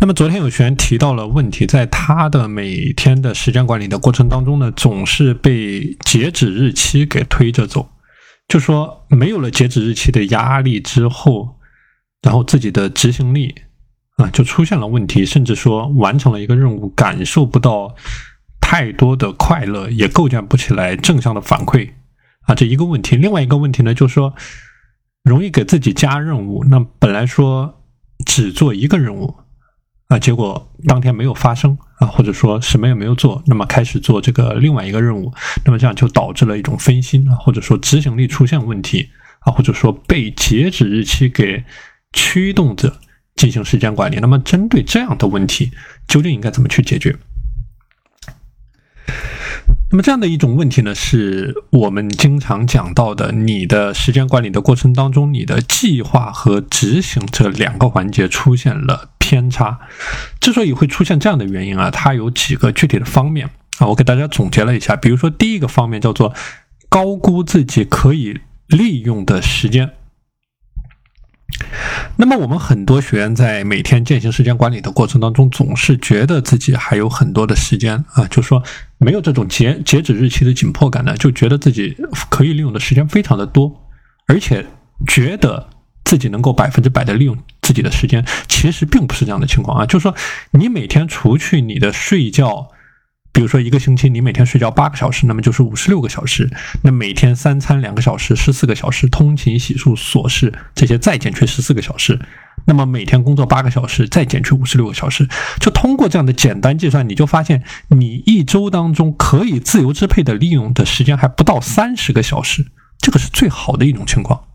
那么昨天有学员提到了问题，在他的每天的时间管理的过程当中呢，总是被截止日期给推着走，就说没有了截止日期的压力之后，然后自己的执行力就出现了问题，甚至说完成了一个任务感受不到太多的快乐，也构建不起来正向的反馈这一个问题。另外一个问题呢，就是说容易给自己加任务，那本来说只做一个任务结果当天没有发生或者说什么也没有做，那么开始做这个另外一个任务，那么这样就导致了一种分心或者说执行力出现问题或者说被截止日期给驱动着进行时间管理。那么针对这样的问题，究竟应该怎么去解决？那么这样的一种问题呢，是我们经常讲到的，你的时间管理的过程当中，你的计划和执行这两个环节出现了偏差。之所以会出现这样的原因它有几个具体的方面我给大家总结了一下。比如说第一个方面叫做高估自己可以利用的时间。那么我们很多学员在每天进行时间管理的过程当中，总是觉得自己还有很多的时间就是说没有这种截止日期的紧迫感呢，就觉得自己可以利用的时间非常的多，而且觉得自己能够100%的利用自己的时间。其实并不是这样的情况就是说你每天除去你的睡觉，比如说一个星期你每天睡觉8个小时，那么就是56个小时，那每天3餐2个小时14个小时，通勤洗漱琐事这些再减去14个小时，那么每天工作8个小时再减去56个小时，就通过这样的简单计算，你就发现你一周当中可以自由支配的利用的时间还不到30个小时，这个是最好的一种情况。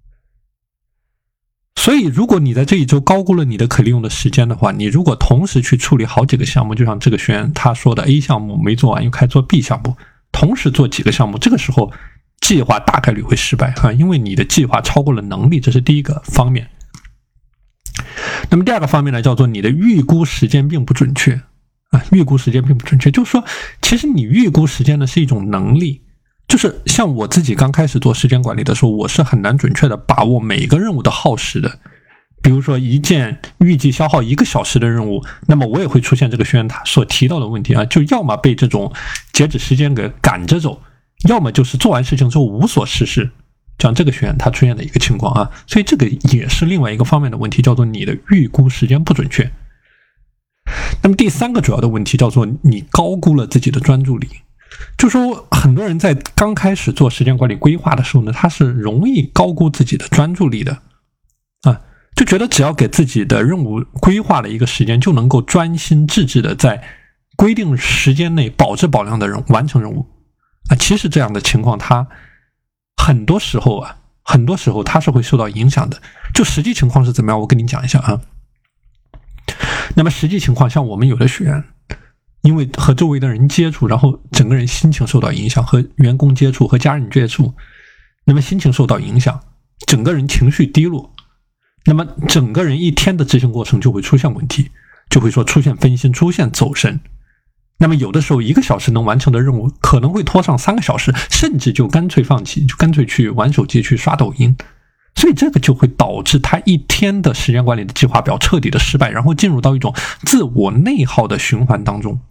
所以如果你在这一周高估了你的可利用的时间的话，你如果同时去处理好几个项目，就像这个学员他说的 A 项目没做完又开始做 B 项目，同时做几个项目，这个时候计划大概率会失败因为你的计划超过了能力，这是第一个方面。那么第二个方面呢，叫做你的预估时间并不准确预估时间并不准确，就是说其实你预估时间呢是一种能力，就是像我自己刚开始做时间管理的时候，我是很难准确的把握每个任务的耗时的。比如说一件预计消耗1个小时的任务，那么我也会出现这个学员他所提到的问题就要么被这种截止时间给赶着走，要么就是做完事情之后无所事事，像这个学员他出现的一个情况所以这个也是另外一个方面的问题，叫做你的预估时间不准确。那么第三个主要的问题叫做你高估了自己的专注力。就说很多人在刚开始做时间管理规划的时候呢，他是容易高估自己的专注力的就觉得只要给自己的任务规划了一个时间，就能够专心致志的在规定时间内保质保量的完成任务其实这样的情况它很多时候它是会受到影响的。就实际情况是怎么样，我跟你讲一下那么实际情况，像我们有的学员因为和周围的人接触，然后整个人心情受到影响，和员工接触和家人接触，那么心情受到影响，整个人情绪低落，那么整个人一天的执行过程就会出现问题，就会说出现分心，出现走神。那么有的时候1个小时能完成的任务可能会拖上3个小时，甚至就干脆放弃，就干脆去玩手机去刷抖音。所以这个就会导致他一天的时间管理的计划表彻底的失败，然后进入到一种自我内耗的循环当中。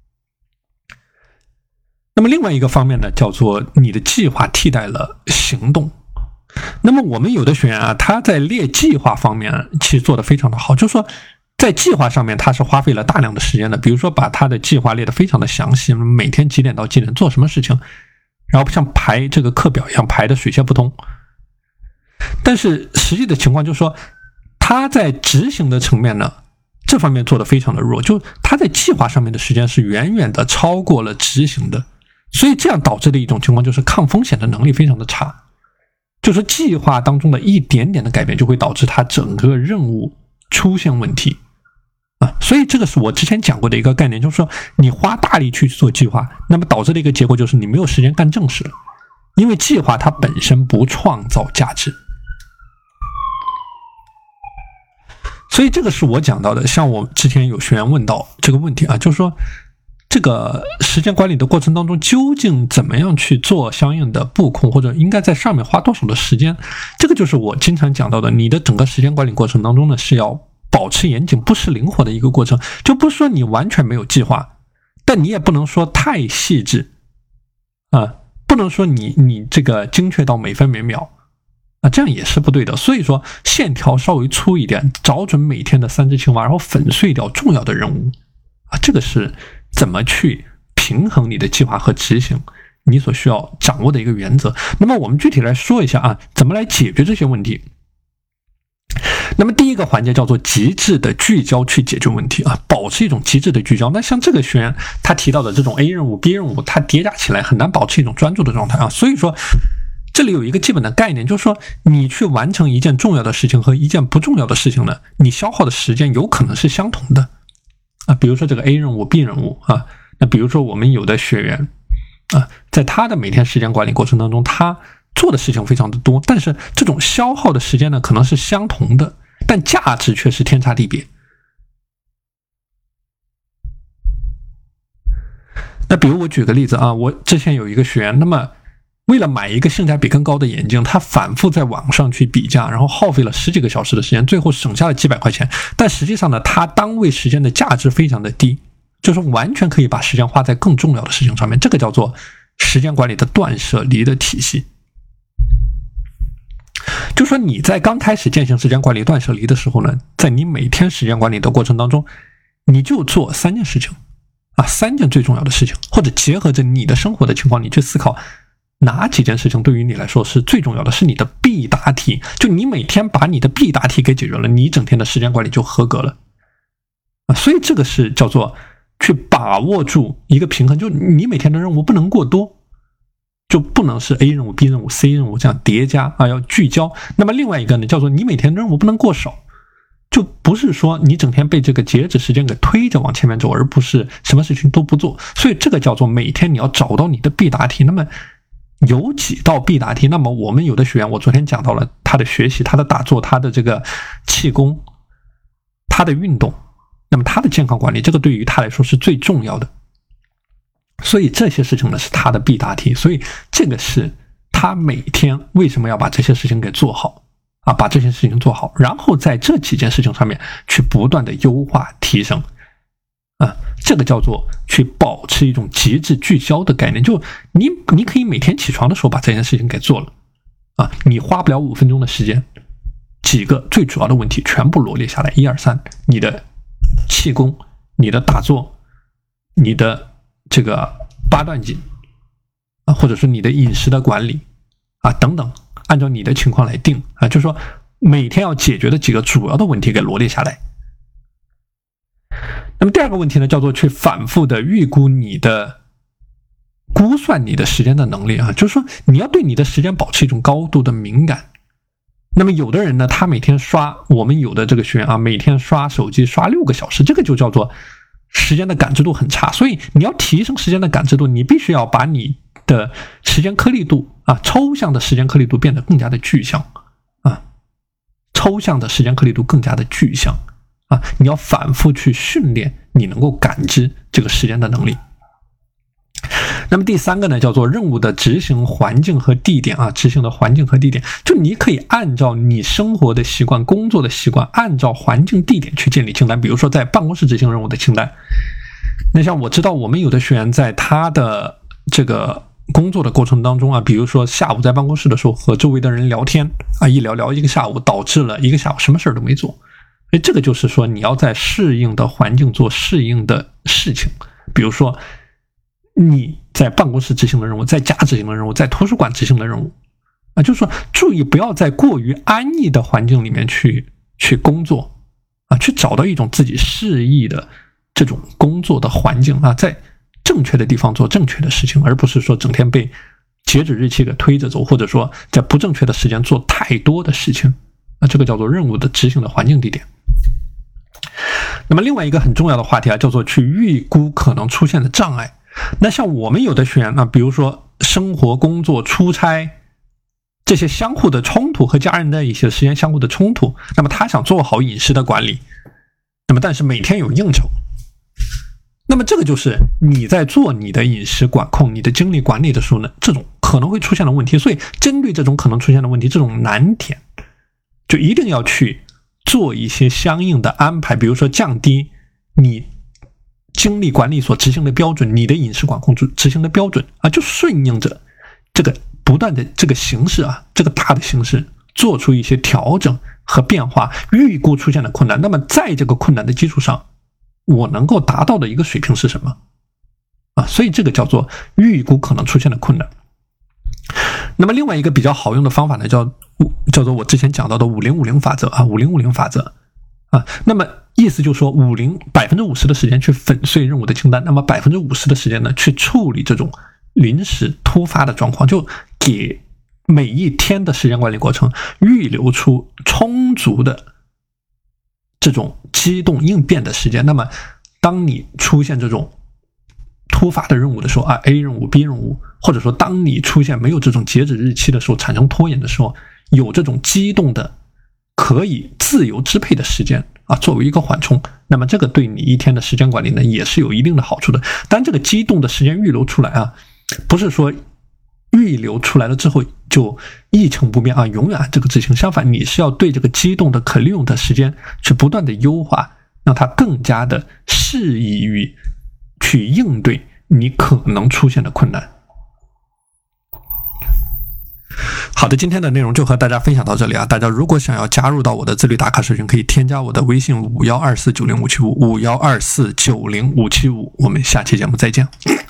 那么另外一个方面呢，叫做你的计划替代了行动。那么我们有的学员他在列计划方面其实做得非常的好，就是说在计划上面他是花费了大量的时间的，比如说把他的计划列得非常的详细，每天几点到几点做什么事情，然后像排这个课表一样排的水泄不通。但是实际的情况就是说他在执行的层面呢，这方面做得非常的弱，就他在计划上面的时间是远远的超过了执行的，所以这样导致的一种情况就是抗风险的能力非常的差，就是计划当中的一点点的改变就会导致他整个任务出现问题所以这个是我之前讲过的一个概念，就是说你花大力去做计划，那么导致的一个结果就是你没有时间干正事了，因为计划它本身不创造价值。所以这个是我讲到的，像我之前有学员问到这个问题就是说这个时间管理的过程当中究竟怎么样去做相应的布控，或者应该在上面花多少的时间，这个就是我经常讲到的，你的整个时间管理过程当中呢是要保持严谨不失灵活的一个过程。就不是说你完全没有计划，但你也不能说太细致啊，不能说你这个精确到每分每秒啊，这样也是不对的。所以说线条稍微粗一点，找准每天的3只青蛙，然后粉碎掉重要的任务啊，这个是怎么去平衡你的计划和执行你所需要掌握的一个原则。那么我们具体来说一下啊，怎么来解决这些问题。那么第一个环节叫做极致的聚焦去解决问题啊，保持一种极致的聚焦。那像这个学员他提到的这种 A 任务 B 任务，它叠加起来很难保持一种专注的状态啊。所以说这里有一个基本的概念，就是说你去完成一件重要的事情和一件不重要的事情呢，你消耗的时间有可能是相同的啊。比如说这个 A 任务 B 任务啊，那比如说我们有的学员啊，在他的每天时间管理过程当中，他做的事情非常的多，但是这种消耗的时间呢可能是相同的，但价值却是天差地别。那比如我举个例子啊，我之前有一个学员，那么为了买一个性价比更高的眼镜，他反复在网上去比价，然后耗费了10几个小时的时间，最后省下了几百块钱，但实际上呢，他单位时间的价值非常的低，就是完全可以把时间花在更重要的事情上面。这个叫做时间管理的断舍离的体系。就说你在刚开始践行时间管理断舍离的时候呢，在你每天时间管理的过程当中，你就做3件事情啊，3件最重要的事情，或者结合着你的生活的情况，你去思考哪几件事情对于你来说是最重要的，是你的必答题。就你每天把你的必答题给解决了，你一整天的时间管理就合格了啊。所以这个是叫做去把握住一个平衡，就你每天的任务不能过多，就不能是 A 任务 B 任务 C 任务这样叠加啊，要聚焦。那么另外一个呢，叫做你每天的任务不能过少，就不是说你整天被这个截止时间给推着往前面走，而不是什么事情都不做。所以这个叫做每天你要找到你的必答题。那么有几道必答题，那么我们有的学员，我昨天讲到了他的学习，他的打坐，他的这个气功，他的运动，那么他的健康管理，这个对于他来说是最重要的。所以这些事情呢是他的必答题，所以这个是他每天为什么要把这些事情给做好啊，把这些事情做好，然后在这几件事情上面去不断的优化提升啊，这个叫做去保持一种极致聚焦的概念。就你可以每天起床的时候把这件事情给做了啊，你花不了5分钟的时间，几个最主要的问题全部罗列下来，1、2、3，你的气功，你的打坐，你的这个八段锦啊，或者说你的饮食的管理啊等等，按照你的情况来定啊，就是说每天要解决的几个主要的问题给罗列下来。那么第二个问题呢，叫做去反复的估算你的时间的能力啊，就是说你要对你的时间保持一种高度的敏感。那么有的人呢，他每天我们有的这个学员啊，每天刷手机刷6个小时，这个就叫做时间的感知度很差。所以你要提升时间的感知度，你必须要把你的时间颗粒度啊，抽象的时间颗粒度变得更加的具象啊，抽象的时间颗粒度更加的具象啊，你要反复去训练你能够感知这个时间的能力。那么第三个呢，叫做任务的执行环境和地点啊，执行的环境和地点，就你可以按照你生活的习惯、工作的习惯，按照环境地点去建立清单。比如说在办公室执行任务的清单。那像我知道我们有的学员在他的这个工作的过程当中啊，比如说下午在办公室的时候和周围的人聊天啊，一聊一个下午，导致了一个下午什么事都没做。这个就是说你要在适应的环境做适应的事情。比如说你在办公室执行的任务，在家执行的任务，在图书馆执行的任务啊，就是说注意不要在过于安逸的环境里面去工作啊，去找到一种自己适宜的这种工作的环境啊，在正确的地方做正确的事情，而不是说整天被截止日期给推着走，或者说在不正确的时间做太多的事情啊，这个叫做任务的执行的环境地点。那么另外一个很重要的话题啊，叫做去预估可能出现的障碍。那像我们有的学员呢，比如说生活、工作、出差这些相互的冲突，和家人的一些时间相互的冲突，那么他想做好饮食的管理，那么但是每天有应酬，那么这个就是你在做你的饮食管控、你的精力管理的时候呢，这种可能会出现的问题。所以针对这种可能出现的问题，这种难点就一定要去做一些相应的安排，比如说降低你精力管理所执行的标准，你的饮食管控执行的标准啊，就顺应着这个不断的这个形势啊，这个大的形势做出一些调整和变化，预估出现的困难。那么在这个困难的基础上，我能够达到的一个水平是什么啊？所以这个叫做预估可能出现的困难。那么另外一个比较好用的方法呢，叫做我之前讲到的50-50法则啊，50-50法则啊。那么意思就是说，50% 的时间去粉碎任务的清单，那么50%的时间呢，去处理这种临时突发的状况，就给每一天的时间管理过程预留出充足的这种机动应变的时间。那么当你出现这种突发的任务的时候啊 ，A 任务、B 任务，或者说当你出现没有这种截止日期的时候，产生拖延的时候，有这种机动的可以自由支配的时间啊，作为一个缓冲，那么这个对你一天的时间管理呢，也是有一定的好处的。但这个机动的时间预留出来啊，不是说预留出来了之后就一成不变啊，永远这个执行。相反，你是要对这个机动的可利用的时间去不断的优化，让它更加的适宜于去应对你可能出现的困难。好的，今天的内容就和大家分享到这里啊！大家如果想要加入到我的自律打卡社群，可以添加我的微信512490555124905575。我们下期节目再见。